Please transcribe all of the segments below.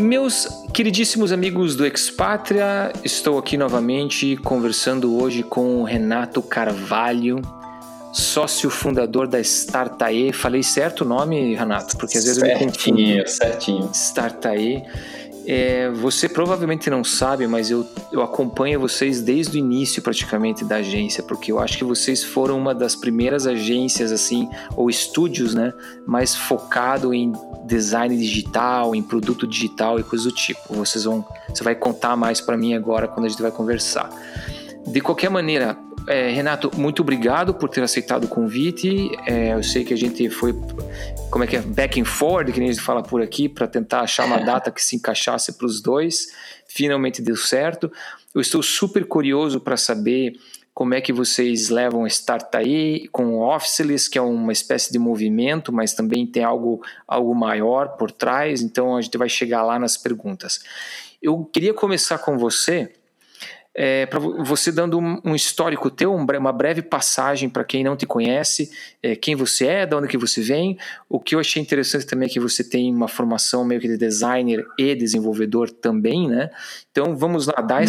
Meus queridíssimos amigos do Expatria, estou aqui novamente conversando hoje com o Renato Carvalho, sócio fundador da Startae. Falei certo o nome, Renato? Porque às vezes eu me confundo. Certinho. Startae. Você provavelmente não sabe, mas eu acompanho vocês desde o início praticamente da agência, porque eu acho que vocês foram uma das primeiras agências assim, ou estúdios, né, mais focado em design digital, em produto digital e coisas do tipo. Você vai contar mais para mim agora quando a gente vai conversar. De qualquer maneira, Renato, muito obrigado por ter aceitado o convite. Eu sei que a gente foi, back and forward, que nem a gente fala por aqui, para tentar achar uma data que se encaixasse para os dois. Finalmente deu certo. Eu estou super curioso para saber como é que vocês levam a Startae com o Officeless, que é uma espécie de movimento, mas também tem algo maior por trás. Então a gente vai chegar lá nas perguntas. Eu queria começar com você, para você dando um histórico teu, uma breve passagem para quem não te conhece, quem você é, de onde que você vem. O que eu achei interessante também é que você tem uma formação meio que de designer e desenvolvedor também, né? Então vamos lá, dar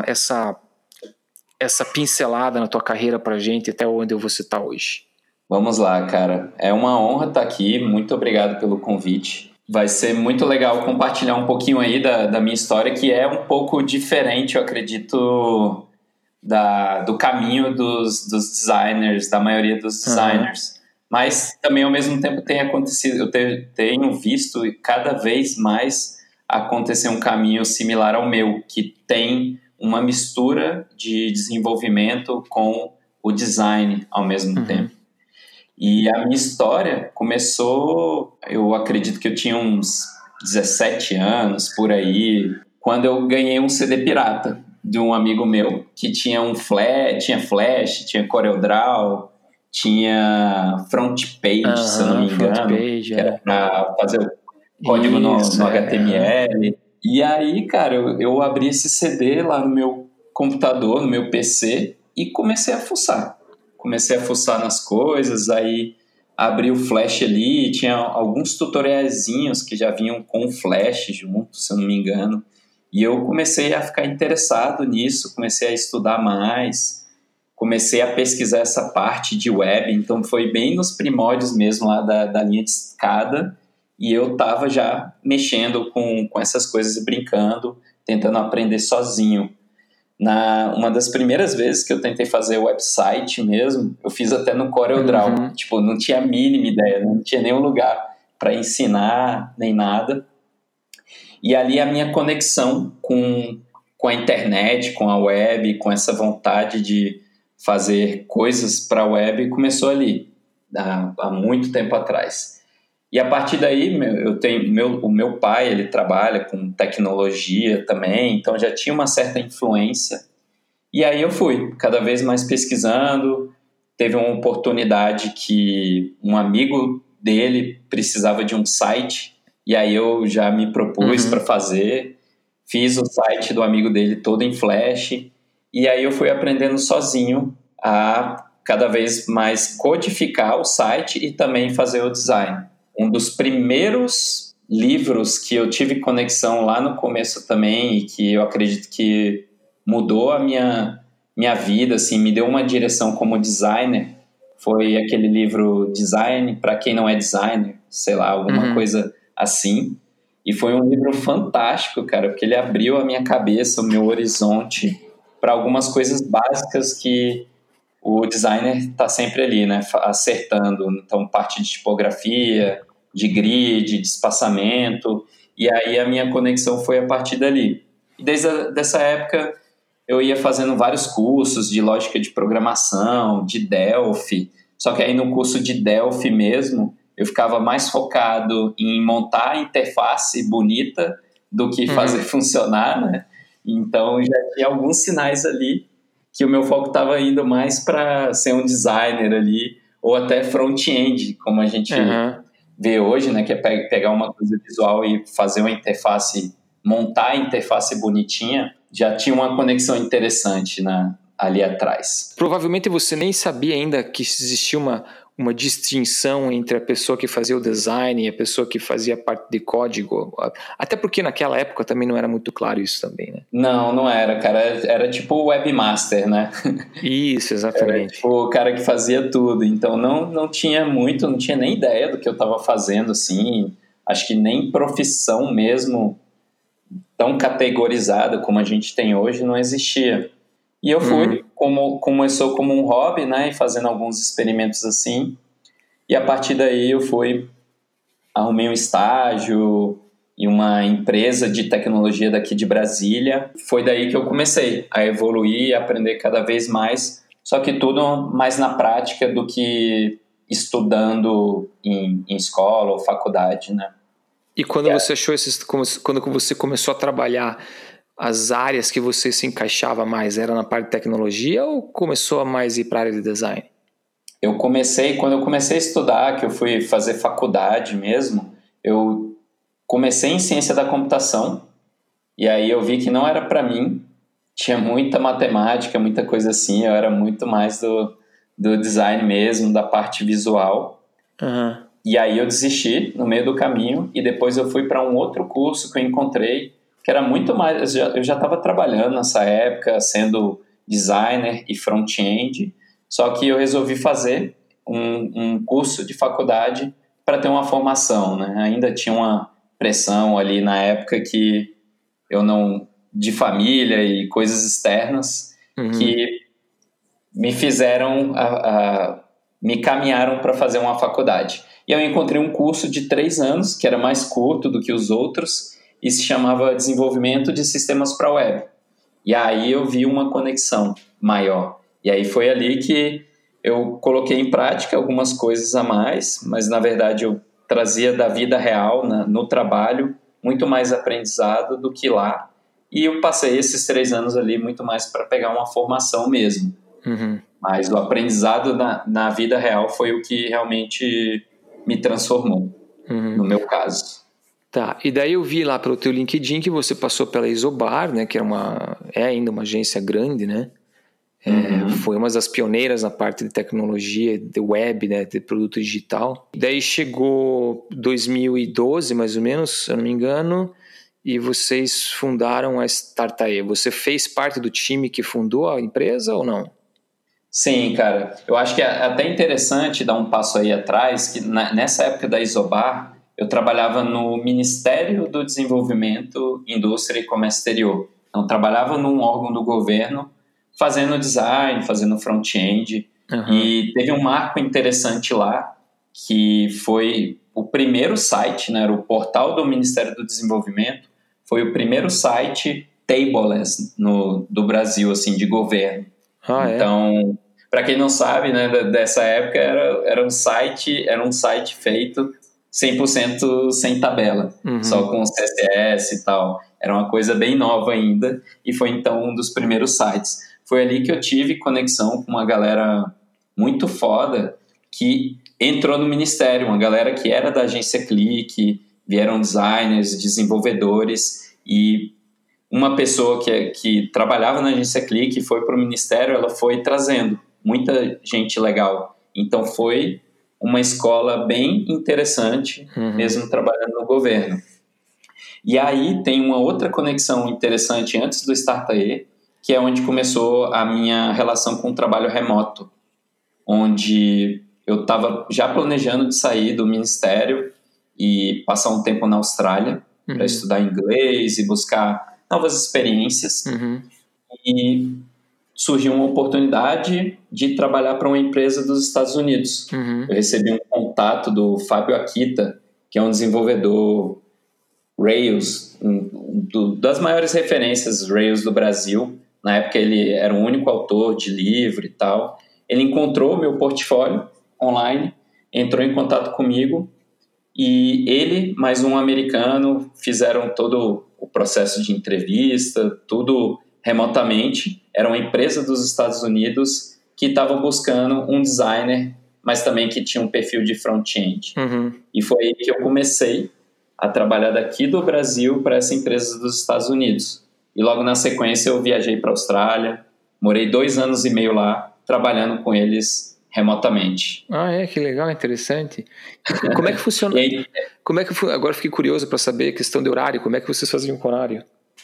essa pincelada na tua carreira para a gente até onde você está hoje. Vamos lá, cara. É uma honra estar aqui. Muito obrigado pelo convite. Vai ser muito legal compartilhar um pouquinho aí da minha história, que é um pouco diferente, eu acredito, do caminho dos designers, da maioria dos designers. Uhum. Mas também, ao mesmo tempo, tem acontecido, eu tenho visto cada vez mais acontecer um caminho similar ao meu, que tem uma mistura de desenvolvimento com o design ao mesmo tempo. E a minha história começou, eu acredito que eu tinha uns 17 anos, por aí, quando eu ganhei um CD pirata de um amigo meu, que tinha tinha Flash, tinha CorelDRAW, tinha FrontPage, se eu não me engano, que era para fazer o código no HTML. E aí, cara, eu abri esse CD lá no meu computador, no meu PC, e comecei a fuçar. Comecei a fuçar nas coisas, aí abri o Flash ali, tinha alguns tutoriaizinhos que já vinham com o Flash junto, se eu não me engano. E eu comecei a ficar interessado nisso, comecei a estudar mais, comecei a pesquisar essa parte de web, então foi bem nos primórdios mesmo lá da linha de escada, e eu estava já mexendo com essas coisas e brincando, tentando aprender sozinho. Uma das primeiras vezes que eu tentei fazer website mesmo, eu fiz até no CorelDRAW. Tipo, não tinha a mínima ideia, não tinha nenhum lugar para ensinar, nem nada. E ali a minha conexão com a internet, com a web, com essa vontade de fazer coisas para a web começou ali, há muito tempo atrás. E a partir daí, o meu pai, ele trabalha com tecnologia também, então já tinha uma certa influência. E aí eu fui cada vez mais pesquisando. Teve uma oportunidade que um amigo dele precisava de um site, e aí eu já me propus para fazer. Fiz o site do amigo dele todo em Flash, e aí eu fui aprendendo sozinho a cada vez mais codificar o site e também fazer o design. Um dos primeiros livros que eu tive conexão lá no começo também, e que eu acredito que mudou a minha vida, assim, me deu uma direção como designer, foi aquele livro Design para quem não é designer, sei lá, alguma coisa assim. E foi um livro fantástico, cara, porque ele abriu a minha cabeça, o meu horizonte para algumas coisas básicas que o designer está sempre ali, né, acertando. Então, parte de tipografia, de grid, de espaçamento, e aí a minha conexão foi a partir dali. E desde dessa época eu ia fazendo vários cursos de lógica de programação, de Delphi, só que aí no curso de Delphi mesmo, eu ficava mais focado em montar a interface bonita do que fazer funcionar, né? Então já tinha alguns sinais ali que o meu foco estava indo mais para ser um designer ali, ou até front-end, como a gente vê hoje, né? Que é pegar uma coisa visual e fazer uma interface, montar a interface bonitinha. Já tinha uma conexão interessante ali atrás. Provavelmente você nem sabia ainda que existia uma distinção entre a pessoa que fazia o design e a pessoa que fazia parte de código? Até porque naquela época também não era muito claro isso também, né? Não, não era, cara. Era tipo o webmaster, né? Isso, Era exatamente. tipo o cara que fazia tudo. Então não tinha muito, não tinha nem ideia do que eu estava fazendo, assim. Acho que nem profissão mesmo tão categorizada como a gente tem hoje não existia. E eu fui, começou como um hobby, né? E fazendo alguns experimentos assim. E a partir daí eu arrumei um estágio em uma empresa de tecnologia daqui de Brasília. Foi daí que eu comecei a evoluir e aprender cada vez mais, só que tudo mais na prática do que estudando em escola ou faculdade, né? E quando você achou quando você começou a trabalhar, as áreas que você se encaixava mais, era na parte de tecnologia ou começou a mais ir para a área de design? Quando eu comecei a estudar, que eu fui fazer faculdade mesmo, eu comecei em ciência da computação, e aí eu vi que não era para mim, tinha muita matemática, muita coisa assim, eu era muito mais do design mesmo, da parte visual. Uhum. E aí eu desisti no meio do caminho e depois eu fui para um outro curso que eu encontrei, que era muito mais... Eu já estava trabalhando nessa época, sendo designer e front-end, só que eu resolvi fazer um curso de faculdade para ter uma formação, né? Ainda tinha uma pressão ali na época que eu não... de família e coisas externas que me fizeram... me caminharam para fazer uma faculdade. E eu encontrei um curso de 3 anos, que era mais curto do que os outros, e se chamava Desenvolvimento de Sistemas para Web. E aí eu vi uma conexão maior. E aí foi ali que eu coloquei em prática algumas coisas a mais, mas na verdade eu trazia da vida real, no trabalho, muito mais aprendizado do que lá. E eu passei esses 3 anos ali muito mais para pegar uma formação mesmo. Mas o aprendizado na vida real foi o que realmente me transformou, no meu caso. Tá, e daí eu vi lá pelo teu LinkedIn que você passou pela Isobar, né, que é ainda uma agência grande, né? Foi uma das pioneiras na parte de tecnologia, de web, né, de produto digital. Daí chegou 2012, mais ou menos, se eu não me engano, e vocês fundaram a Startae. Você fez parte do time que fundou a empresa ou não? Sim, cara. Eu acho que é até interessante dar um passo aí atrás, que nessa época da Isobar, eu trabalhava no Ministério do Desenvolvimento, Indústria e Comércio Exterior. Então, trabalhava num órgão do governo, fazendo design, fazendo front-end. E teve um marco interessante lá, que foi o primeiro site, né, era o portal do Ministério do Desenvolvimento, foi o primeiro site tableless do Brasil, assim, de governo. Então, para quem não sabe, né, dessa época era um site feito 100% sem tabela, só com CSS e tal. Era uma coisa bem nova ainda e foi então um dos primeiros sites. Foi ali que eu tive conexão com uma galera muito foda que entrou no ministério, uma galera que era da agência Clique, vieram designers, desenvolvedores e uma pessoa que trabalhava na agência Clique foi para o ministério, ela foi trazendo muita gente legal. Então foi uma escola bem interessante, mesmo trabalhando no governo. E aí tem uma outra conexão interessante antes do Startae, que é onde começou a minha relação com o trabalho remoto, onde eu estava já planejando de sair do ministério e passar um tempo na Austrália para estudar inglês e buscar novas experiências. E surgiu uma oportunidade de trabalhar para uma empresa dos Estados Unidos. Eu recebi um contato do Fábio Akita, que é um desenvolvedor Rails, das maiores referências Rails do Brasil. Na época ele era o único autor de livro e tal. Ele encontrou meu portfólio online, entrou em contato comigo e ele, mais um americano, fizeram todo o processo de entrevista, tudo remotamente. Era uma empresa dos Estados Unidos que estava buscando um designer, mas também que tinha um perfil de front-end. E foi aí que eu comecei a trabalhar daqui do Brasil para essa empresa dos Estados Unidos. E logo na sequência eu viajei para a Austrália, morei 2 anos e meio lá, trabalhando com eles remotamente. Que legal, interessante. Como é que funciona? Agora fiquei curioso para saber a questão de horário, como é que vocês faziam com horário?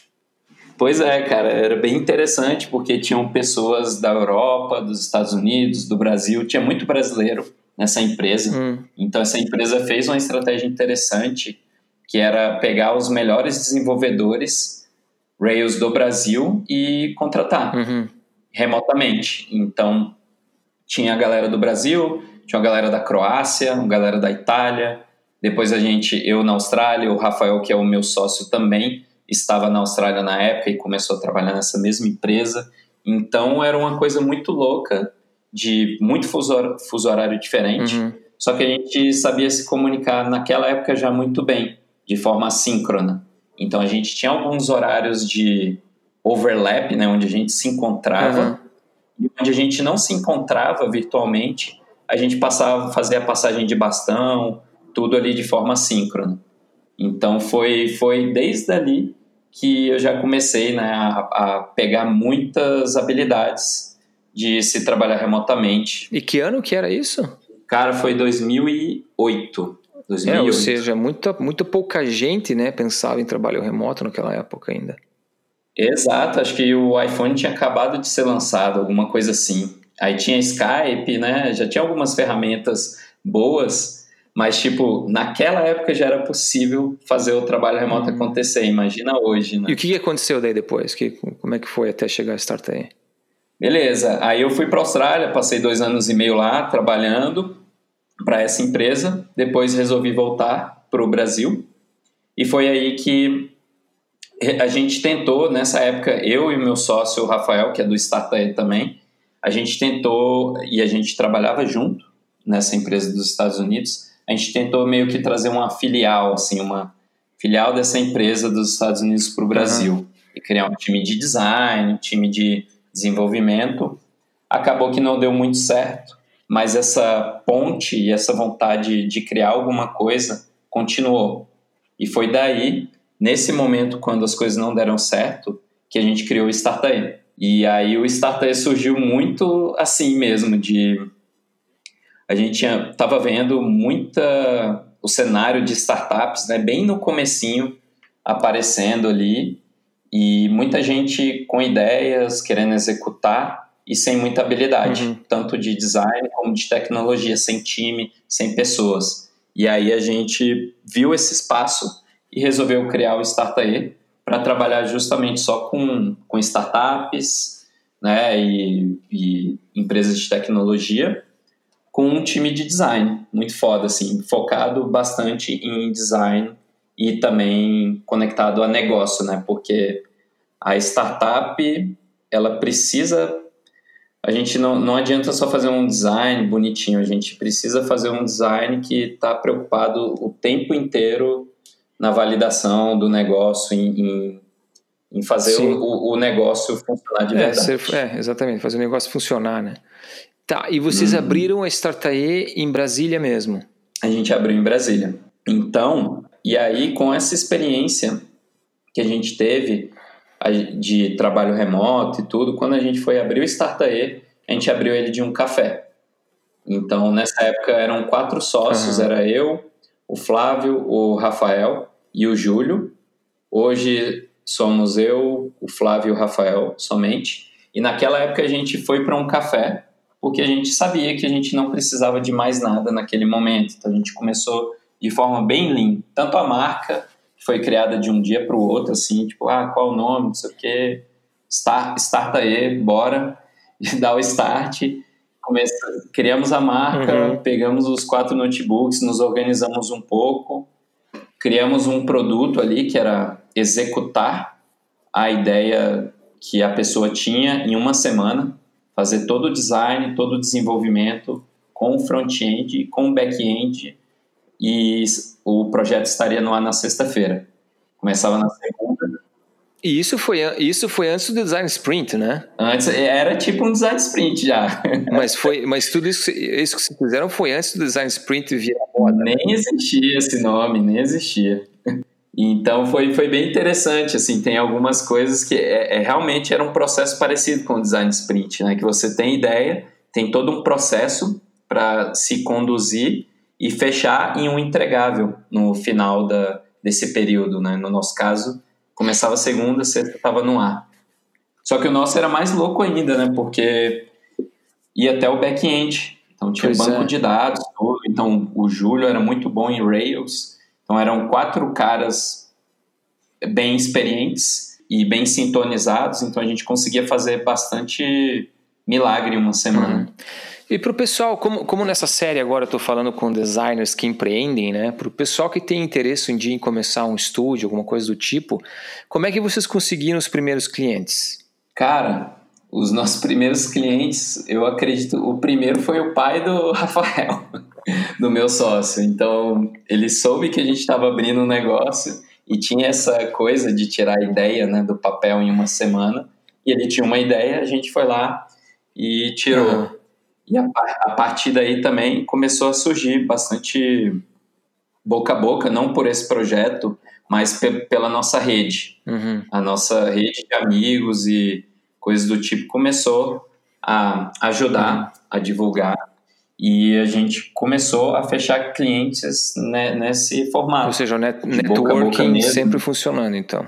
Pois é, cara, era bem interessante porque tinham pessoas da Europa, dos Estados Unidos, do Brasil, tinha muito brasileiro nessa empresa. Então essa empresa fez uma estratégia interessante, que era pegar os melhores desenvolvedores Rails do Brasil e contratar remotamente. Então tinha a galera do Brasil, tinha a galera da Croácia, a galera da Itália, depois eu na Austrália, o Rafael, que é o meu sócio também, estava na Austrália na época e começou a trabalhar nessa mesma empresa. Então era uma coisa muito louca, de muito fuso horário diferente, só que a gente sabia se comunicar naquela época já muito bem, de forma assíncrona. Então a gente tinha alguns horários de overlap, né, onde a gente se encontrava, e onde a gente não se encontrava virtualmente, a gente fazia a passagem de bastão, tudo ali de forma assíncrona. Então foi desde ali que eu já comecei, né, a pegar muitas habilidades de se trabalhar remotamente. E que ano que era isso? Cara, foi 2008. Ou seja, muito pouca gente, né, pensava em trabalho remoto naquela época ainda. Exato, acho que o iPhone tinha acabado de ser lançado, alguma coisa assim. Aí tinha Skype, né, já tinha algumas ferramentas boas, mas, tipo, naquela época já era possível fazer o trabalho remoto acontecer, imagina hoje, né? E o que aconteceu daí depois? Como é que foi até chegar a Startay? Beleza, aí eu fui para a Austrália, passei 2 anos e meio lá trabalhando para essa empresa, depois resolvi voltar para o Brasil, e foi aí que a gente tentou, nessa época, eu e meu sócio, o Rafael, que é do Startay também, a gente tentou, e a gente trabalhava junto nessa empresa dos Estados Unidos, a gente tentou meio que trazer uma filial, assim, uma filial dessa empresa dos Estados Unidos para o Brasil, e criar um time de design, um time de desenvolvimento. Acabou que não deu muito certo, mas essa ponte e essa vontade de criar alguma coisa continuou. E foi daí, nesse momento, quando as coisas não deram certo, que a gente criou o Startay. E aí o Startay surgiu muito assim mesmo, a gente estava vendo o cenário de startups, né, bem no comecinho, aparecendo ali, e muita gente com ideias, querendo executar, e sem muita habilidade, tanto de design como de tecnologia, sem time, sem pessoas. E aí a gente viu esse espaço e resolveu criar o Startay para trabalhar justamente só com startups, né, e empresas de tecnologia, com um time de design muito foda, assim, focado bastante em design e também conectado a negócio, né, porque a startup, ela precisa... A gente não adianta só fazer um design bonitinho, a gente precisa fazer um design que está preocupado o tempo inteiro na validação do negócio, em fazer o negócio funcionar de verdade. Exatamente, fazer o negócio funcionar, né? Tá, e vocês abriram a Startay em Brasília mesmo? A gente abriu em Brasília. Então, e aí com essa experiência que a gente teve de trabalho remoto e tudo, quando a gente foi abrir o Startay, a gente abriu ele de um café. Então, nessa época eram 4 sócios, era eu, o Flávio, o Rafael e o Júlio. Hoje somos eu, o Flávio e o Rafael somente. E naquela época a gente foi para um café, porque a gente sabia que a gente não precisava de mais nada naquele momento. Então a gente começou de forma bem lean. Tanto a marca, que foi criada de um dia para o outro, assim, tipo, qual o nome, não sei o quê, Startay, bora, e dá o start. Criamos a marca, pegamos os 4 notebooks, nos organizamos um pouco, criamos um produto ali que era executar a ideia que a pessoa tinha em uma semana, fazer todo o design, todo o desenvolvimento com o front-end e com o back-end, e o projeto estaria no ar na sexta-feira. Começava na segunda. E isso foi antes do Design Sprint, né? Antes era tipo um Design Sprint já. Mas tudo isso que vocês fizeram foi antes do Design Sprint virar moda. Nem existia esse nome, nem existia. Então foi bem interessante, assim, tem algumas coisas que realmente era um processo parecido com o Design Sprint, né? Que você tem ideia, tem todo um processo para se conduzir e fechar em um entregável no final desse período, né? No nosso caso, começava segunda, sexta estava no ar. Só que o nosso era mais louco ainda, né? Porque ia até o back-end. Então tinha banco de dados, tudo. Então o Júlio era muito bom em Rails. Então eram 4 caras bem experientes e bem sintonizados. Então a gente conseguia fazer bastante milagre em uma semana. E para o pessoal, como nessa série agora eu estou falando com designers que empreendem, né? Para o pessoal que tem interesse um dia em começar um estúdio, alguma coisa do tipo, como é que vocês conseguiram os primeiros clientes? Cara, os nossos primeiros clientes, eu acredito, o primeiro foi o pai do Rafael, do meu sócio. Então, ele soube que a gente estava abrindo um negócio e tinha essa coisa de tirar a ideia, né, do papel em uma semana. E ele tinha uma ideia, a gente foi lá e tirou. E a partir daí também começou a surgir bastante boca a boca, não por esse projeto, mas pela nossa rede. A nossa rede de amigos e coisas do tipo começou a ajudar, a divulgar, e a gente começou a fechar clientes, né, nesse formato. Ou seja, o networking sempre funcionando, então.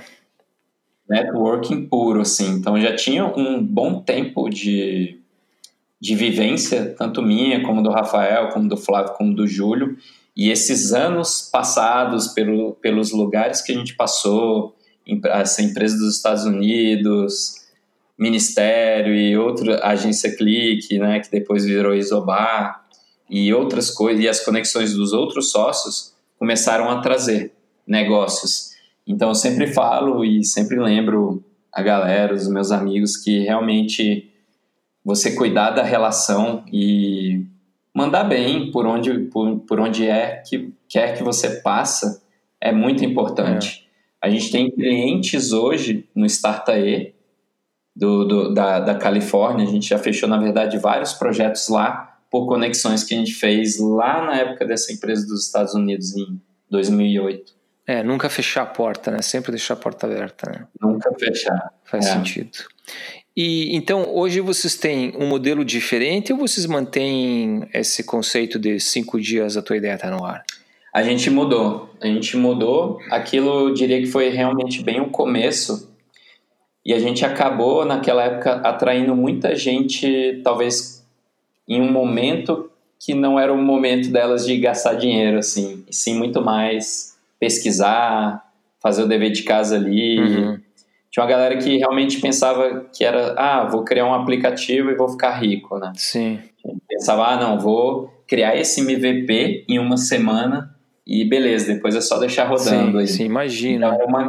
Networking puro, assim. Então já tinha um bom tempo de vivência, tanto minha, como do Rafael, como do Flávio, como do Júlio. E esses anos passados pelos lugares que a gente passou, essa empresa dos Estados Unidos, Ministério e outra agência Clique, né, que depois virou Isobar, e outras coisas, e as conexões dos outros sócios começaram a trazer negócios. Então eu sempre falo e sempre lembro a galera, os meus amigos, que realmente você cuidar da relação e mandar bem por onde quer que você passa é muito importante. A gente tem clientes hoje no Startae da Califórnia. A gente já fechou, na verdade, vários projetos lá por conexões que a gente fez lá na época dessa empresa dos Estados Unidos em 2008. Nunca fechar a porta, né? Sempre deixar a porta aberta, né? Nunca fechar. Faz sentido. E então, hoje vocês têm um modelo diferente ou vocês mantêm esse conceito de 5 dias a tua ideia está no ar? A gente mudou. Aquilo, eu diria que foi realmente bem o começo. E a gente acabou, naquela época, atraindo muita gente, talvez em um momento que não era o momento delas de gastar dinheiro, assim. E sim, muito mais pesquisar, fazer o dever de casa ali. Tinha uma galera que realmente pensava que era, vou criar um aplicativo e vou ficar rico, né? Sim. Pensava, não, vou criar esse MVP em uma semana e beleza, depois é só deixar rodando. Sim, imagina. Então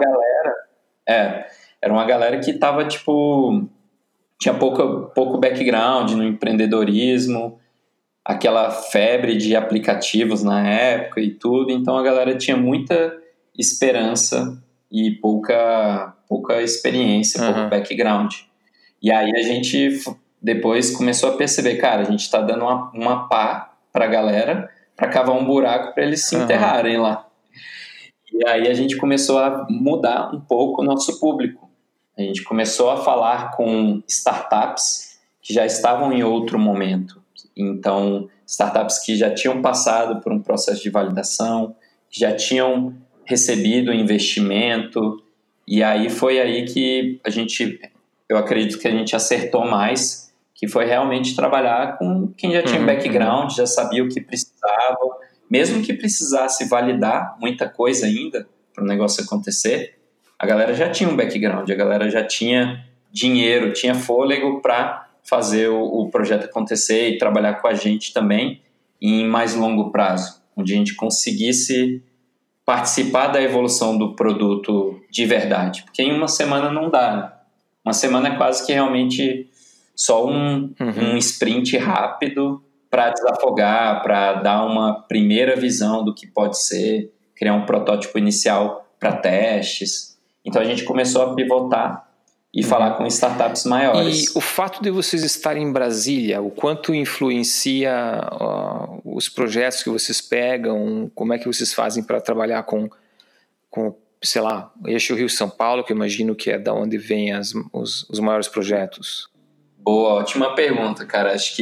era uma galera que tava, tipo, tinha pouco background no empreendedorismo, aquela febre de aplicativos na época e tudo, então a galera tinha muita esperança e pouca experiência, pouco background. E aí a gente depois começou a perceber, cara, a gente está dando uma pá pra galera para cavar um buraco para eles se enterrarem lá. E aí a gente começou a mudar um pouco o nosso público. A gente começou a falar com startups que já estavam em outro momento. Então, startups que já tinham passado por um processo de validação, que já tinham recebido investimento. E aí foi aí que eu acredito que a gente acertou mais, que foi realmente trabalhar com quem já tinha background, já sabia o que precisava, mesmo que precisasse validar muita coisa ainda para o negócio acontecer, a galera já tinha um background, a galera já tinha dinheiro, tinha fôlego para fazer o projeto acontecer e trabalhar com a gente também em mais longo prazo, onde a gente conseguisse participar da evolução do produto de verdade, porque em uma semana não dá, né? Uma semana é quase que realmente só um sprint rápido para desafogar, para dar uma primeira visão do que pode ser, criar um protótipo inicial para testes. Então a gente começou a pivotar e falar com startups maiores. E o fato de vocês estarem em Brasília, o quanto influencia os projetos que vocês pegam, como é que vocês fazem para trabalhar com, sei lá, eixo Rio-São Paulo, que eu imagino que é da onde vêm os maiores projetos? Boa, ótima pergunta, cara. Acho que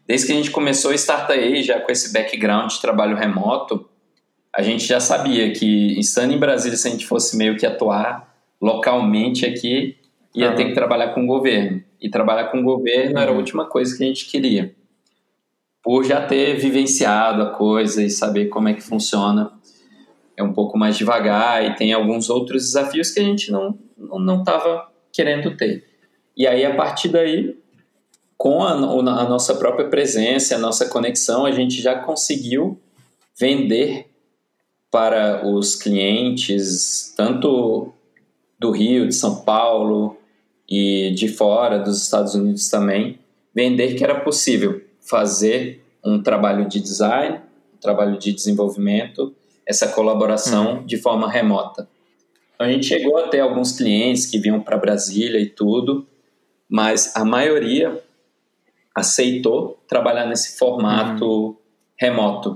desde que a gente começou a Startupay, já com esse background de trabalho remoto, a gente já sabia que, estando em Brasília, se a gente fosse meio que atuar localmente aqui, ia ter que trabalhar com o governo. E trabalhar com o governo era a última coisa que a gente queria. Por já ter vivenciado a coisa e saber como é que funciona, é um pouco mais devagar e tem alguns outros desafios que a gente não estava querendo ter. E aí, a partir daí, com a nossa própria presença, a nossa conexão, a gente já conseguiu vender para os clientes, tanto do Rio, de São Paulo e de fora, dos Estados Unidos também, vender que era possível fazer um trabalho de design, um trabalho de desenvolvimento, essa colaboração de forma remota. Então, a gente chegou a ter alguns clientes que vinham para Brasília e tudo, mas a maioria aceitou trabalhar nesse formato remoto.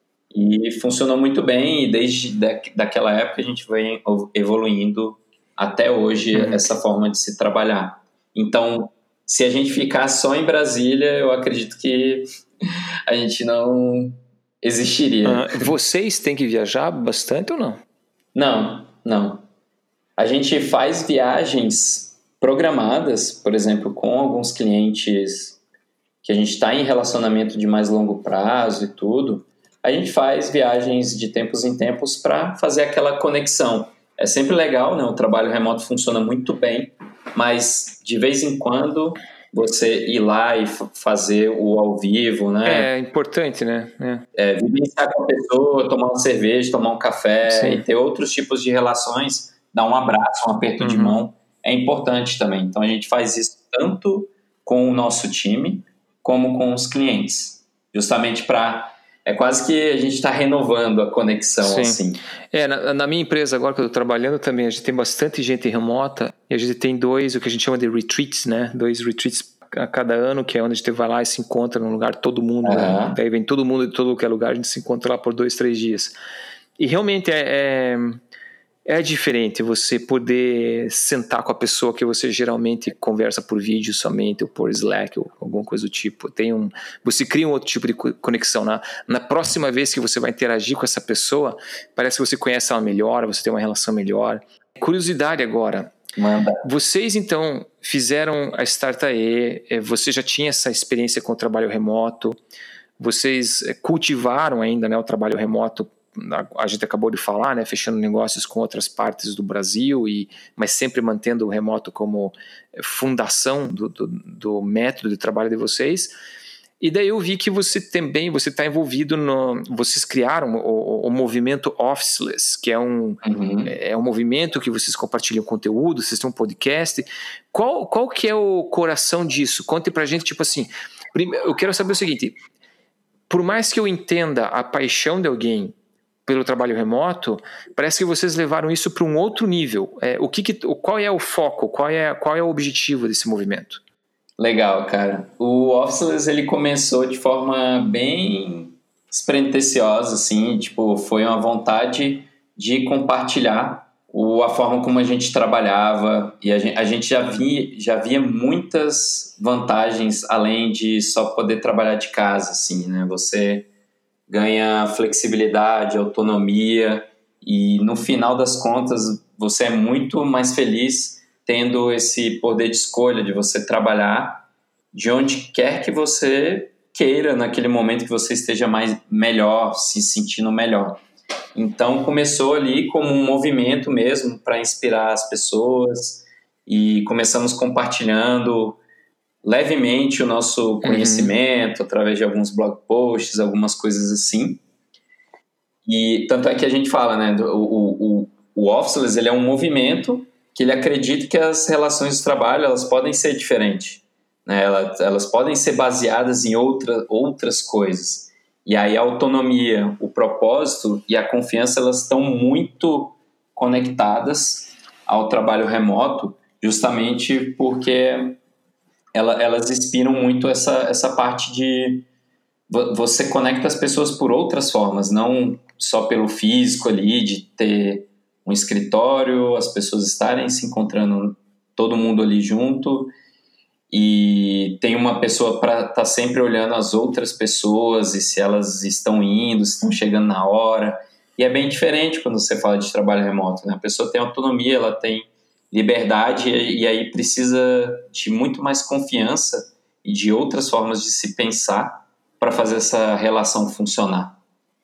E funcionou muito bem, e desde daquela época a gente vem evoluindo até hoje essa forma de se trabalhar. Então, se a gente ficar só em Brasília, eu acredito que a gente não existiria. Vocês têm que viajar bastante ou não? Não. A gente faz viagens programadas, por exemplo, com alguns clientes que a gente está em relacionamento de mais longo prazo e tudo. A gente faz viagens de tempos em tempos para fazer aquela conexão. É sempre legal, né? O trabalho remoto funciona muito bem, mas de vez em quando você ir lá e fazer o ao vivo, né? É importante, né? Vivenciar com a pessoa, tomar uma cerveja, tomar um café, Sim. E ter outros tipos de relações, dar um abraço, um aperto de mão, é importante também. Então a gente faz isso tanto com o nosso time como com os clientes, justamente para... É quase que a gente está renovando a conexão, Sim. assim. Na minha empresa agora que eu estou trabalhando também, a gente tem bastante gente remota e a gente tem o que a gente chama de retreats, né? 2 retreats a cada ano, que é onde a gente vai lá e se encontra num lugar, todo mundo, né? Daí vem todo mundo de todo qualquer lugar, a gente se encontra lá por 2, 3 dias. E realmente é diferente você poder sentar com a pessoa que você geralmente conversa por vídeo somente, ou por Slack, ou alguma coisa do tipo. Você cria um outro tipo de conexão. Na próxima vez que você vai interagir com essa pessoa, parece que você conhece ela melhor, você tem uma relação melhor. Curiosidade agora. Manda. Vocês, então, fizeram a Startupay, você já tinha essa experiência com o trabalho remoto, vocês cultivaram ainda, né, o trabalho remoto. A gente acabou de falar, né, fechando negócios com outras partes do Brasil, mas sempre mantendo o remoto como fundação do método de trabalho de vocês. E daí eu vi que você está envolvido vocês criaram o movimento Officeless, que é um movimento que vocês compartilham conteúdo, vocês têm um podcast. Qual que é o coração disso? Conte pra gente, tipo assim, eu quero saber o seguinte, por mais que eu entenda a paixão de alguém pelo trabalho remoto, parece que vocês levaram isso para um outro nível. Qual é o foco? Qual é o objetivo desse movimento? Legal, cara. O Officeless, ele começou de forma bem despretensiosa, assim, tipo, foi uma vontade de compartilhar a forma como a gente trabalhava, e a gente já via muitas vantagens além de só poder trabalhar de casa, assim, né? Você ganha flexibilidade, autonomia, e no final das contas você é muito mais feliz tendo esse poder de escolha de você trabalhar de onde quer que você queira naquele momento que você esteja melhor, se sentindo melhor. Então começou ali como um movimento mesmo para inspirar as pessoas, e começamos compartilhando levemente o nosso conhecimento através de alguns blog posts, algumas coisas assim. E tanto é que a gente fala, né, o Officeless, ele é um movimento que ele acredita que as relações de trabalho, elas podem ser diferentes, né? Elas podem ser baseadas em outras coisas. E aí a autonomia, o propósito e a confiança, elas estão muito conectadas ao trabalho remoto, justamente porque elas inspiram muito essa parte de você conecta as pessoas por outras formas, não só pelo físico ali, de ter um escritório, as pessoas estarem se encontrando, todo mundo ali junto, e tem uma pessoa para estar sempre olhando as outras pessoas e se elas estão indo, se estão chegando na hora. E é bem diferente quando você fala de trabalho remoto, né? A pessoa tem autonomia, ela tem liberdade e aí precisa de muito mais confiança e de outras formas de se pensar para fazer essa relação funcionar.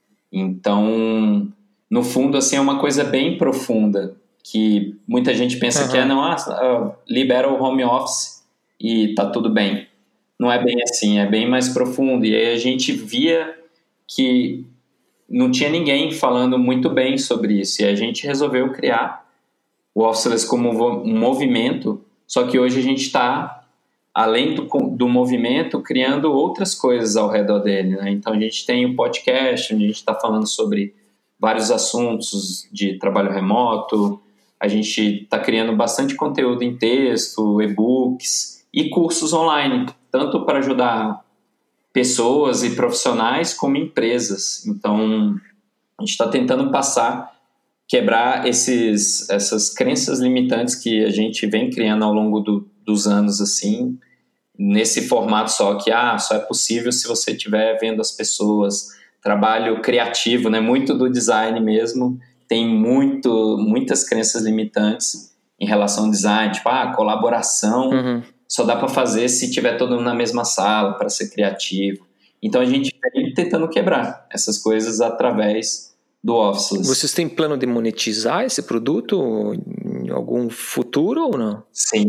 Então, no fundo, assim, é uma coisa bem profunda, que muita gente pensa que libera o home office e tá tudo bem. Não é bem assim, é bem mais profundo. E aí a gente via que não tinha ninguém falando muito bem sobre isso. E a gente resolveu criar o Officeless como um movimento, só que hoje a gente está, além do movimento, criando outras coisas ao redor dele, né? Então a gente tem um podcast, onde a gente está falando sobre vários assuntos de trabalho remoto, a gente está criando bastante conteúdo em texto, e-books e cursos online, tanto para ajudar pessoas e profissionais como empresas. Então a gente está tentando quebrar essas crenças limitantes que a gente vem criando ao longo dos anos, assim, nesse formato só, que só é possível se você estiver vendo as pessoas. Trabalho criativo, né? Muito do design mesmo, tem muitas crenças limitantes em relação ao design, tipo, colaboração só dá para fazer se tiver todo mundo na mesma sala para ser criativo. Então a gente vem tentando quebrar essas coisas através do Officeless. Vocês têm plano de monetizar esse produto em algum futuro ou não?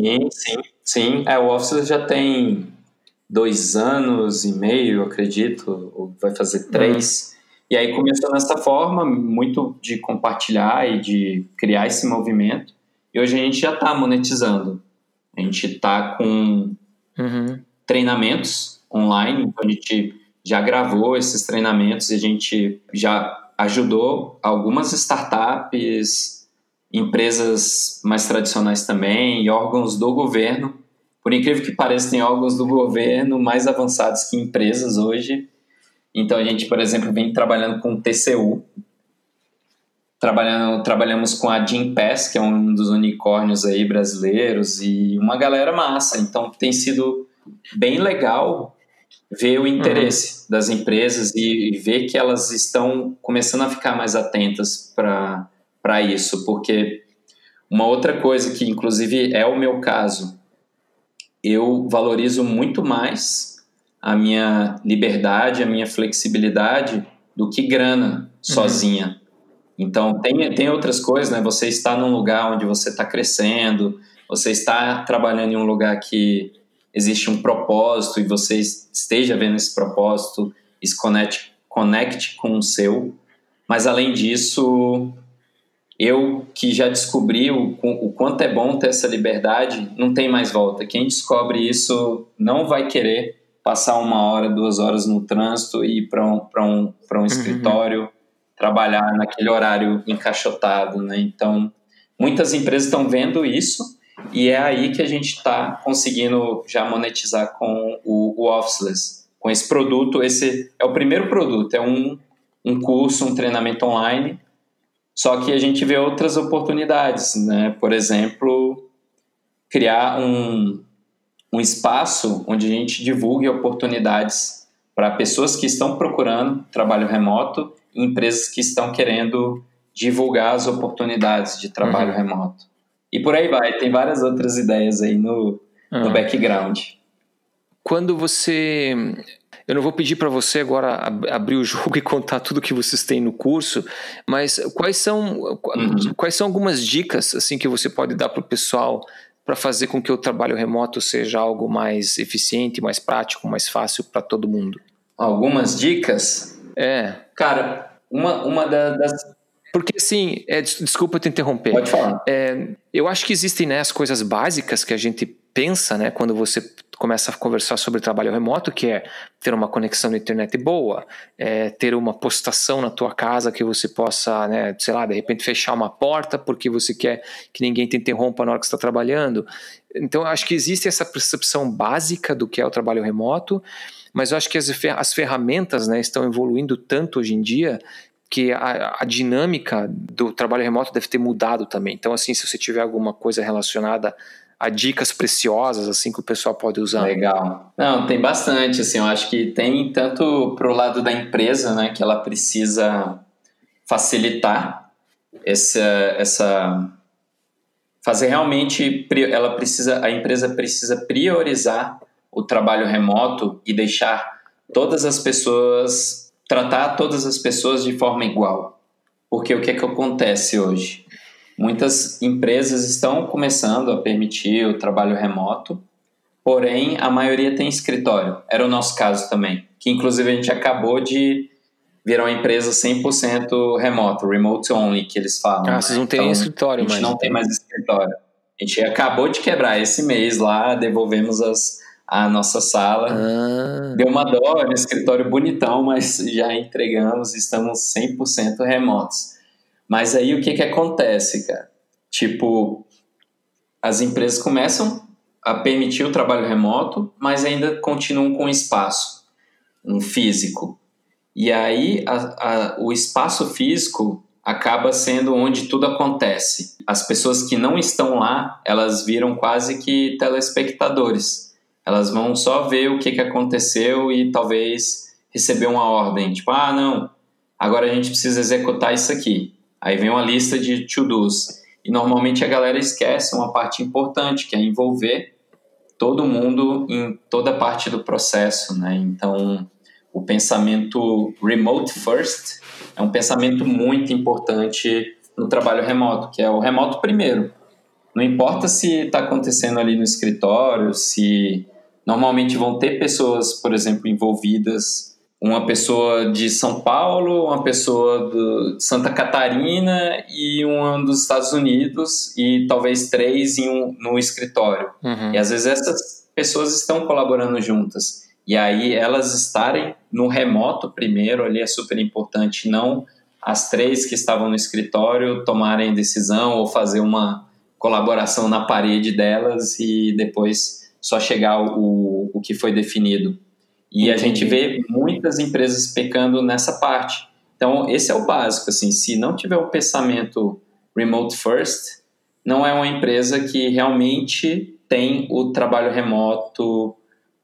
Sim. O Officeless já tem 2 anos e meio, acredito, ou vai fazer 3. E aí começou nessa forma, muito de compartilhar e de criar esse movimento. E hoje a gente já está monetizando. A gente está com treinamentos online, então a gente já gravou esses treinamentos e a gente já ajudou algumas startups, empresas mais tradicionais também, e órgãos do governo. Por incrível que pareça, tem órgãos do governo mais avançados que empresas hoje. Então a gente, por exemplo, vem trabalhando com o TCU, trabalhamos com a Gympass, que é um dos unicórnios aí brasileiros, e uma galera massa. Então tem sido bem legal ver o interesse das empresas e ver que elas estão começando a ficar mais atentas para isso, porque uma outra coisa que inclusive é o meu caso, eu valorizo muito mais a minha liberdade, a minha flexibilidade do que grana sozinha. Então tem outras coisas, né? Você está num lugar onde você está crescendo, você está trabalhando em um lugar que existe um propósito e você esteja vendo esse propósito e se conecte com o seu. Mas, além disso, eu que já descobri o quanto é bom ter essa liberdade, não tem mais volta. Quem descobre isso não vai querer passar 1 hora, 2 horas no trânsito e ir para um escritório, trabalhar naquele horário encaixotado, né? Então, muitas empresas estão vendo isso. E é aí que a gente está conseguindo já monetizar com o Officeless. Com esse produto, esse é o primeiro produto, é um curso, um treinamento online, só que a gente vê outras oportunidades, né? Por exemplo, criar um espaço onde a gente divulgue oportunidades para pessoas que estão procurando trabalho remoto e empresas que estão querendo divulgar as oportunidades de trabalho remoto. E por aí vai, tem várias outras ideias aí no background. Quando você... Eu não vou pedir para você agora abrir o jogo e contar tudo que vocês têm no curso, mas quais são algumas dicas assim, que você pode dar para o pessoal para fazer com que o trabalho remoto seja algo mais eficiente, mais prático, mais fácil para todo mundo? Algumas dicas? Cara, uma das... Porque assim, desculpa te interromper. Pode falar. Eu acho que existem, né, as coisas básicas que a gente pensa, né, quando você começa a conversar sobre trabalho remoto, que é ter uma conexão na internet boa, ter uma postação na tua casa que você possa, né, sei lá, de repente fechar uma porta porque você quer que ninguém te interrompa na hora que você está trabalhando. Então, eu acho que existe essa percepção básica do que é o trabalho remoto, mas eu acho que as ferramentas, né, estão evoluindo tanto hoje em dia que a dinâmica do trabalho remoto deve ter mudado também. Então, assim, se você tiver alguma coisa relacionada a dicas preciosas assim que o pessoal pode usar? Legal. Não, tem bastante, assim, eu acho que tem tanto pro lado da empresa, né, que ela precisa facilitar essa fazer realmente, a empresa precisa priorizar o trabalho remoto e deixar tratar todas as pessoas de forma igual. Porque o que é que acontece hoje? Muitas empresas estão começando a permitir o trabalho remoto, porém a maioria tem escritório. Era o nosso caso também, que inclusive a gente acabou de virar uma empresa 100% remoto, remote only, que eles falam. Ah, vocês não têm Então, escritório mais. A gente não tem mais escritório. A gente acabou de quebrar esse mês lá, devolvemos a nossa sala. Deu uma dó, é um escritório bonitão, mas já entregamos, estamos 100% remotos. Mas aí o que acontece, cara? Tipo, as empresas começam a permitir o trabalho remoto, mas ainda continuam com espaço, um físico. E aí o espaço físico acaba sendo onde tudo acontece. As pessoas que não estão lá, elas viram quase que telespectadores. Elas vão só ver o que aconteceu e talvez receber uma ordem. Tipo, não, agora a gente precisa executar isso aqui. Aí vem uma lista de to-dos. E normalmente a galera esquece uma parte importante, que é envolver todo mundo em toda parte do processo, né? Então, o pensamento remote first é um pensamento muito importante no trabalho remoto, que é o remoto primeiro. Não importa se está acontecendo ali no escritório, se normalmente vão ter pessoas, por exemplo, envolvidas, uma pessoa de São Paulo, uma pessoa de Santa Catarina e uma dos Estados Unidos e talvez 3 no escritório. Uhum. E às vezes essas pessoas estão colaborando juntas. E aí elas estarem no remoto primeiro ali é super importante, não as 3 que estavam no escritório tomarem decisão ou fazer uma colaboração na parede delas e depois só chegar o que foi definido. E Entendi. A gente vê muitas empresas pecando nessa parte. Então esse é o básico, assim, se não tiver um pensamento remote first, não é uma empresa que realmente tem o trabalho remoto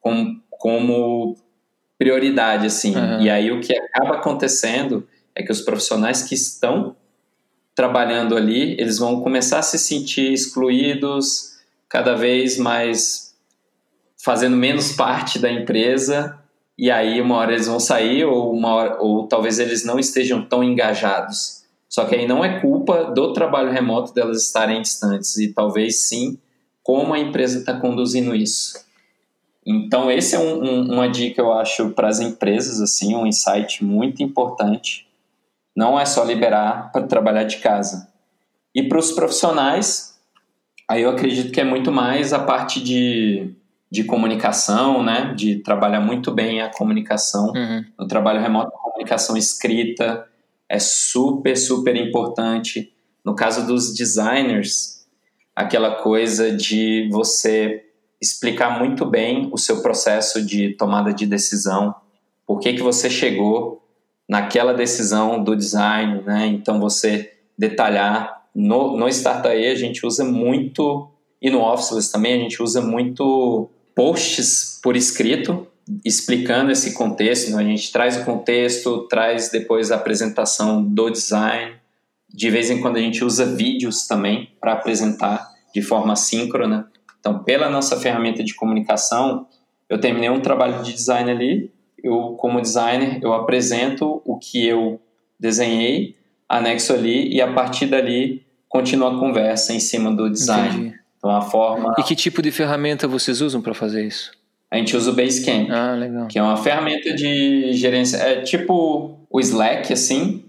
como prioridade, assim. Uhum. E aí o que acaba acontecendo é que os profissionais que estão trabalhando ali, eles vão começar a se sentir excluídos, cada vez mais fazendo menos parte da empresa, e aí uma hora eles vão sair ou talvez eles não estejam tão engajados. Só que aí não é culpa do trabalho remoto delas estarem distantes, e talvez sim como a empresa está conduzindo isso. Então, esse é uma dica, eu acho, para as empresas, assim, um insight muito importante. Não é só liberar para trabalhar de casa. E para os profissionais, aí eu acredito que é muito mais a parte de comunicação, né? De trabalhar muito bem a comunicação. Uhum. No trabalho remoto, a comunicação escrita é super, super importante. No caso dos designers, aquela coisa de você explicar muito bem o seu processo de tomada de decisão, por que você chegou naquela decisão do design, né? Então você detalhar. No Startup a gente usa muito, e no Officeless também a gente usa muito posts por escrito, explicando esse contexto. Então a gente traz o contexto, traz depois a apresentação do design. De vez em quando a gente usa vídeos também para apresentar de forma síncrona. Então, pela nossa ferramenta de comunicação, eu terminei um trabalho de design ali, como designer, eu apresento o que eu desenhei, anexo ali, e a partir dali continua a conversa em cima do design. Entendi. Então, a forma... E que tipo de ferramenta vocês usam para fazer isso? A gente usa o Basecamp, que é uma ferramenta de gerência, é tipo o Slack, assim,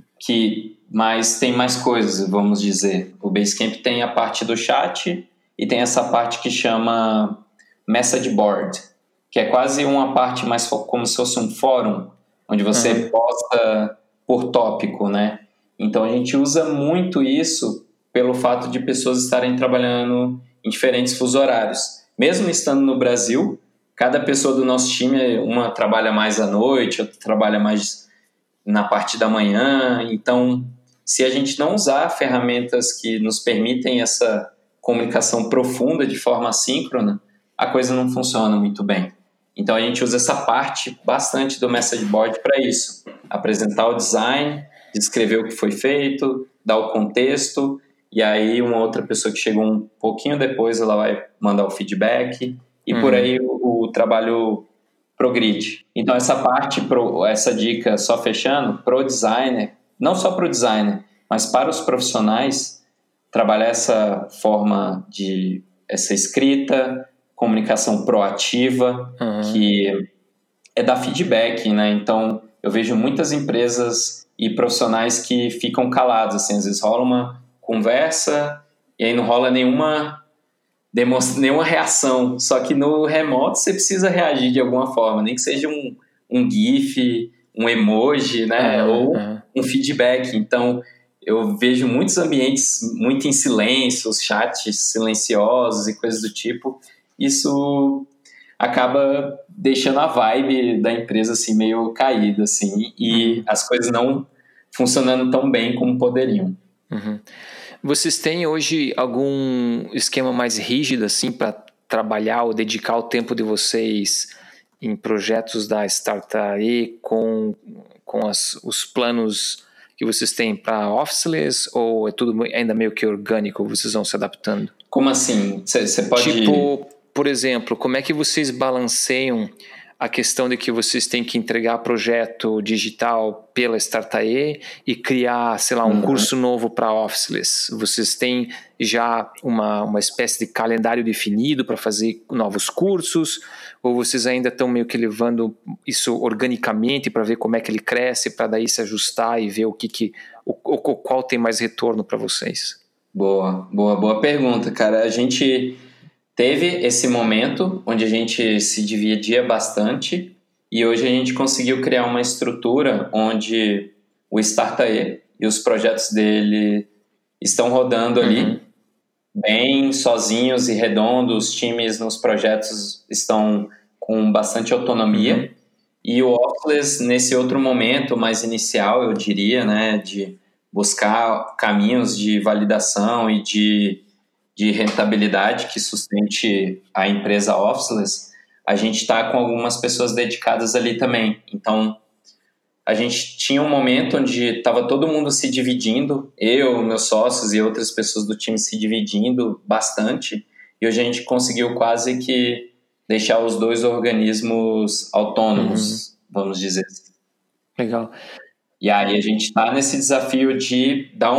mas tem mais coisas, vamos dizer. O Basecamp tem a parte do chat e tem essa parte que chama Message Board, que é quase uma parte mais como se fosse um fórum, onde você posta por tópico, né? Então a gente usa muito isso pelo fato de pessoas estarem trabalhando em diferentes fusos horários. Mesmo estando no Brasil, cada pessoa do nosso time, uma trabalha mais à noite, outra trabalha mais na parte da manhã. Então, se a gente não usar ferramentas que nos permitem essa comunicação profunda de forma assíncrona, a coisa não funciona muito bem. Então a gente usa essa parte bastante do message board para isso. Apresentar o design, descrever o que foi feito, dar o contexto, e aí uma outra pessoa que chegou um pouquinho depois, ela vai mandar o feedback, e por aí o trabalho progride. Então essa parte, essa dica só fechando, pro designer, não só pro designer, mas para os profissionais, trabalhar essa forma de essa escrita, comunicação proativa, que é dar feedback, né? Então eu vejo muitas empresas e profissionais que ficam calados, assim, às vezes rola uma conversa e aí não rola nenhuma reação, só que no remoto você precisa reagir de alguma forma, nem que seja um GIF, um emoji, né, ou um feedback. Então eu vejo muitos ambientes muito em silêncio, os chats silenciosos e coisas do tipo. Isso acaba deixando a vibe da empresa assim meio caída, assim, e as coisas não funcionando tão bem como poderiam. Vocês têm hoje algum esquema mais rígido assim para trabalhar ou dedicar o tempo de vocês em projetos da Startae com os planos que vocês têm para Officeless, ou é tudo ainda meio que orgânico, vocês vão se adaptando? Como assim? Você pode... Tipo, por exemplo, como é que vocês balanceiam a questão de que vocês têm que entregar projeto digital pela Startae e criar, sei lá, um curso novo para Officeless? Vocês têm já uma espécie de calendário definido para fazer novos cursos? Ou vocês ainda estão meio que levando isso organicamente para ver como é que ele cresce, para daí se ajustar e ver qual tem mais retorno para vocês? Boa pergunta, cara. A gente teve esse momento onde a gente se dividia bastante e hoje a gente conseguiu criar uma estrutura onde o Startae e os projetos dele estão rodando ali bem sozinhos e redondos. Os times nos projetos estão com bastante autonomia e o Officeless, nesse outro momento mais inicial, eu diria, né, de buscar caminhos de validação e de rentabilidade que sustente a empresa Officeless, a gente está com algumas pessoas dedicadas ali também. Então, a gente tinha um momento onde estava todo mundo se dividindo, eu, meus sócios e outras pessoas do time se dividindo bastante, e hoje a gente conseguiu quase que deixar os dois organismos autônomos, vamos dizer assim. Legal. E aí a gente está nesse desafio de dar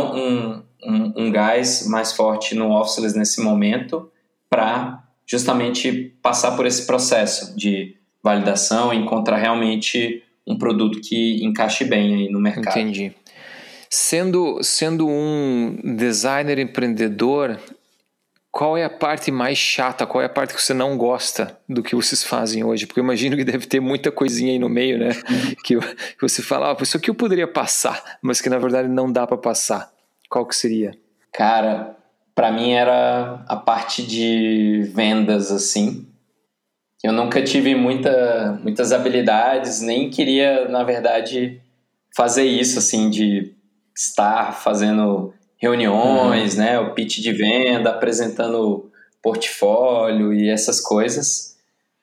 um gás mais forte no Officeless nesse momento para justamente passar por esse processo de validação e encontrar realmente um produto que encaixe bem aí no mercado. Entendi. Sendo um designer empreendedor, qual é a parte mais chata, qual é a parte que você não gosta do que vocês fazem hoje? Porque eu imagino que deve ter muita coisinha aí no meio, né? que você fala, isso aqui eu poderia passar, mas que na verdade não dá para passar. Qual que seria? Cara, para mim era a parte de vendas, assim. Eu nunca tive muitas habilidades, nem queria, na verdade, fazer isso, assim, de estar fazendo reuniões, né, o pitch de venda, apresentando portfólio e essas coisas,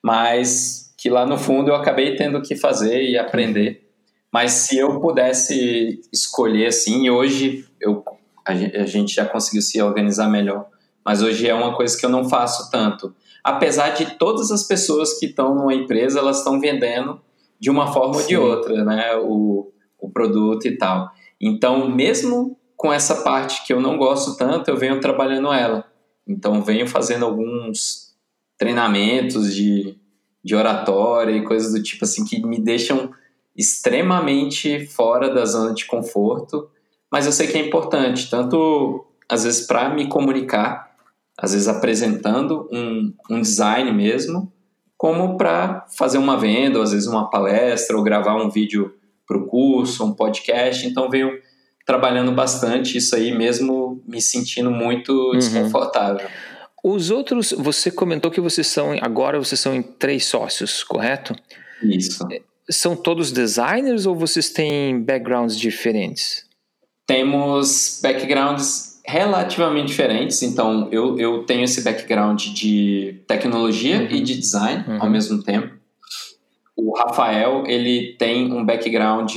mas que lá no fundo eu acabei tendo que fazer e aprender. Mas se eu pudesse escolher, assim, hoje a gente já conseguiu se organizar melhor, mas hoje é uma coisa que eu não faço tanto. Apesar de todas as pessoas que estão numa empresa, elas estão vendendo de uma forma ou de outra, né, o produto e tal. Então, mesmo com essa parte que eu não gosto tanto, eu venho trabalhando ela. Então, venho fazendo alguns treinamentos de oratória e coisas do tipo assim, que me deixam extremamente fora da zona de conforto, mas eu sei que é importante, tanto às vezes para me comunicar, às vezes apresentando um design mesmo, como para fazer uma venda, ou às vezes uma palestra, ou gravar um vídeo para o curso, um podcast. Então venho trabalhando bastante isso aí, mesmo me sentindo muito desconfortável. Os outros, você comentou que agora vocês são em 3 sócios, correto? Isso. São todos designers ou vocês têm backgrounds diferentes? Temos backgrounds relativamente diferentes. Então, eu tenho esse background de tecnologia e de design ao mesmo tempo. O Rafael, ele tem um background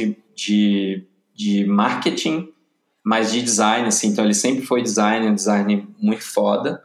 de marketing, mas de design, assim. Então, ele sempre foi designer, um design muito foda.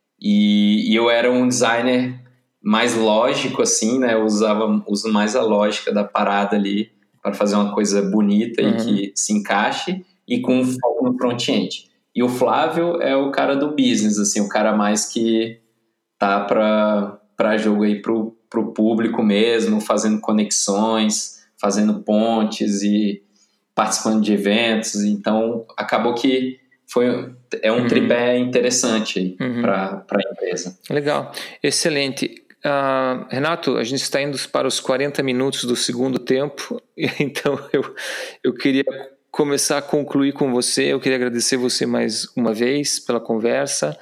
E eu era um designer mais lógico, assim, né? Eu uso mais a lógica da parada ali para fazer uma coisa bonita e que se encaixe e com foco no front-end. E o Flávio é o cara do business, assim, o cara mais que tá para jogo aí pro público mesmo, fazendo conexões, fazendo pontes e participando de eventos. Então, acabou que é um tripé interessante aí para a empresa. Legal, excelente. Renato, a gente está indo para os 40 minutos do segundo tempo, então eu queria começar a concluir com você. Eu queria agradecer você mais uma vez pela conversa.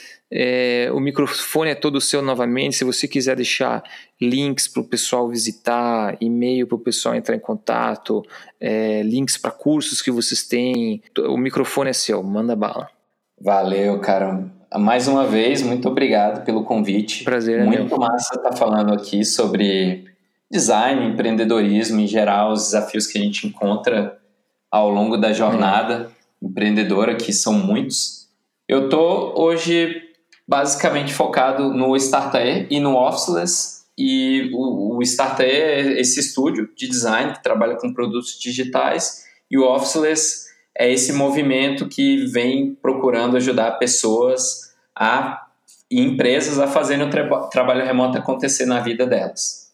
O microfone é todo seu novamente. Se você quiser deixar links para o pessoal visitar, e-mail para o pessoal entrar em contato, links para cursos que vocês têm, o microfone é seu, manda bala. Valeu, cara. Mais uma vez, muito obrigado pelo convite. Prazer, muito massa estar falando aqui sobre design, empreendedorismo em geral, os desafios que a gente encontra ao longo da jornada empreendedora, que são muitos. Eu estou hoje basicamente focado no Startae e no Officeless. E o Startae é esse estúdio de design que trabalha com produtos digitais, e o Officeless é esse movimento que vem procurando ajudar pessoas e empresas a fazerem o trabalho remoto acontecer na vida delas.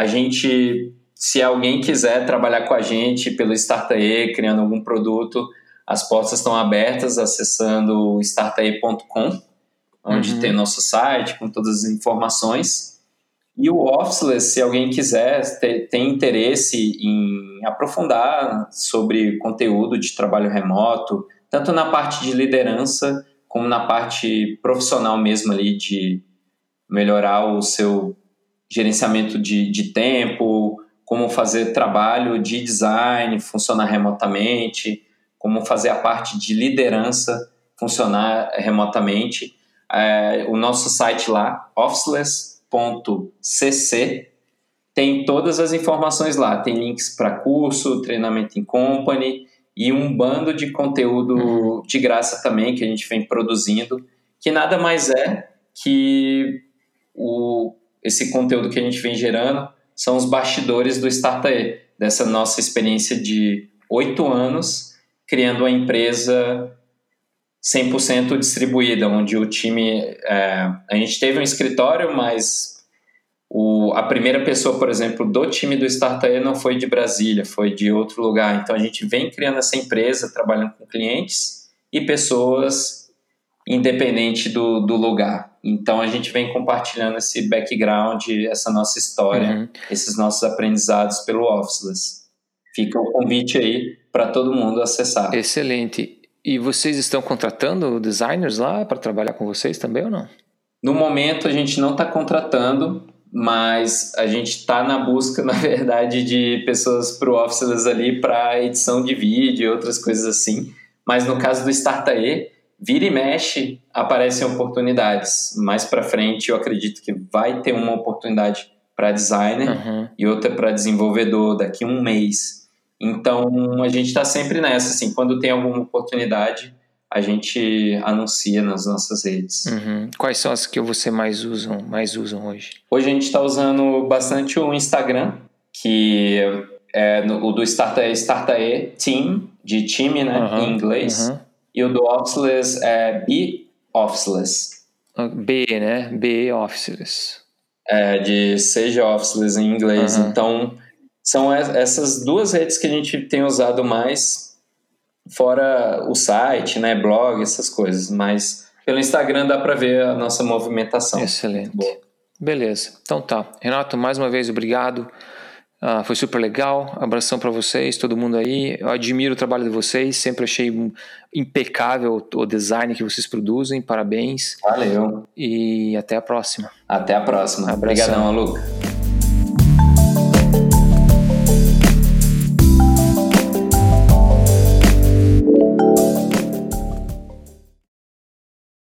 Se alguém quiser trabalhar com a gente pelo Startae, criando algum produto, as portas estão abertas acessando startae.com, onde tem nosso site com todas as informações. E o Officeless, se alguém quiser, tem interesse em aprofundar sobre conteúdo de trabalho remoto, tanto na parte de liderança, como na parte profissional mesmo ali, de melhorar o seu gerenciamento de tempo, como fazer trabalho de design funcionar remotamente, como fazer a parte de liderança funcionar remotamente. O nosso site lá, officeless.cc, tem todas as informações lá, tem links para curso, treinamento em company e um bando de conteúdo de graça também que a gente vem produzindo, que nada mais é que esse conteúdo que a gente vem gerando são os bastidores do Startae, dessa nossa experiência de 8 anos criando uma empresa 100% distribuída, onde o time... a gente teve um escritório, mas a primeira pessoa, por exemplo, do time do Startae não foi de Brasília, foi de outro lugar. Então, a gente vem criando essa empresa, trabalhando com clientes e pessoas independente do lugar. Então, a gente vem compartilhando esse background, essa nossa história, esses nossos aprendizados pelo Officeless. Fica o convite aí para todo mundo acessar. Excelente. E vocês estão contratando designers lá para trabalhar com vocês também ou não? No momento, a gente não está contratando, mas a gente está na busca, na verdade, de pessoas para o Officeless ali para edição de vídeo e outras coisas assim. Mas no caso do Startae, vira e mexe, aparecem oportunidades. Mais para frente, eu acredito que vai ter uma oportunidade para designer e outra para desenvolvedor daqui a um mês. Então, a gente está sempre nessa, assim, quando tem alguma oportunidade, a gente anuncia nas nossas redes. Quais são as que você mais usam hoje? Hoje a gente está usando bastante o Instagram, que é o do Startae Team, de time, né, em inglês. E o do Officeless é Be Officeless. B, né? B Officeless. De Seja Officeless em inglês. Então, são essas duas redes que a gente tem usado mais, fora o site, né, blog, essas coisas. Mas pelo Instagram dá para ver a nossa movimentação. Excelente. Beleza. Então tá. Renato, mais uma vez, obrigado. Foi super legal. Abração para vocês, todo mundo aí. Eu admiro o trabalho de vocês. Sempre achei impecável o design que vocês produzem. Parabéns. Valeu. E até a próxima. Até a próxima. Obrigadão, Luca.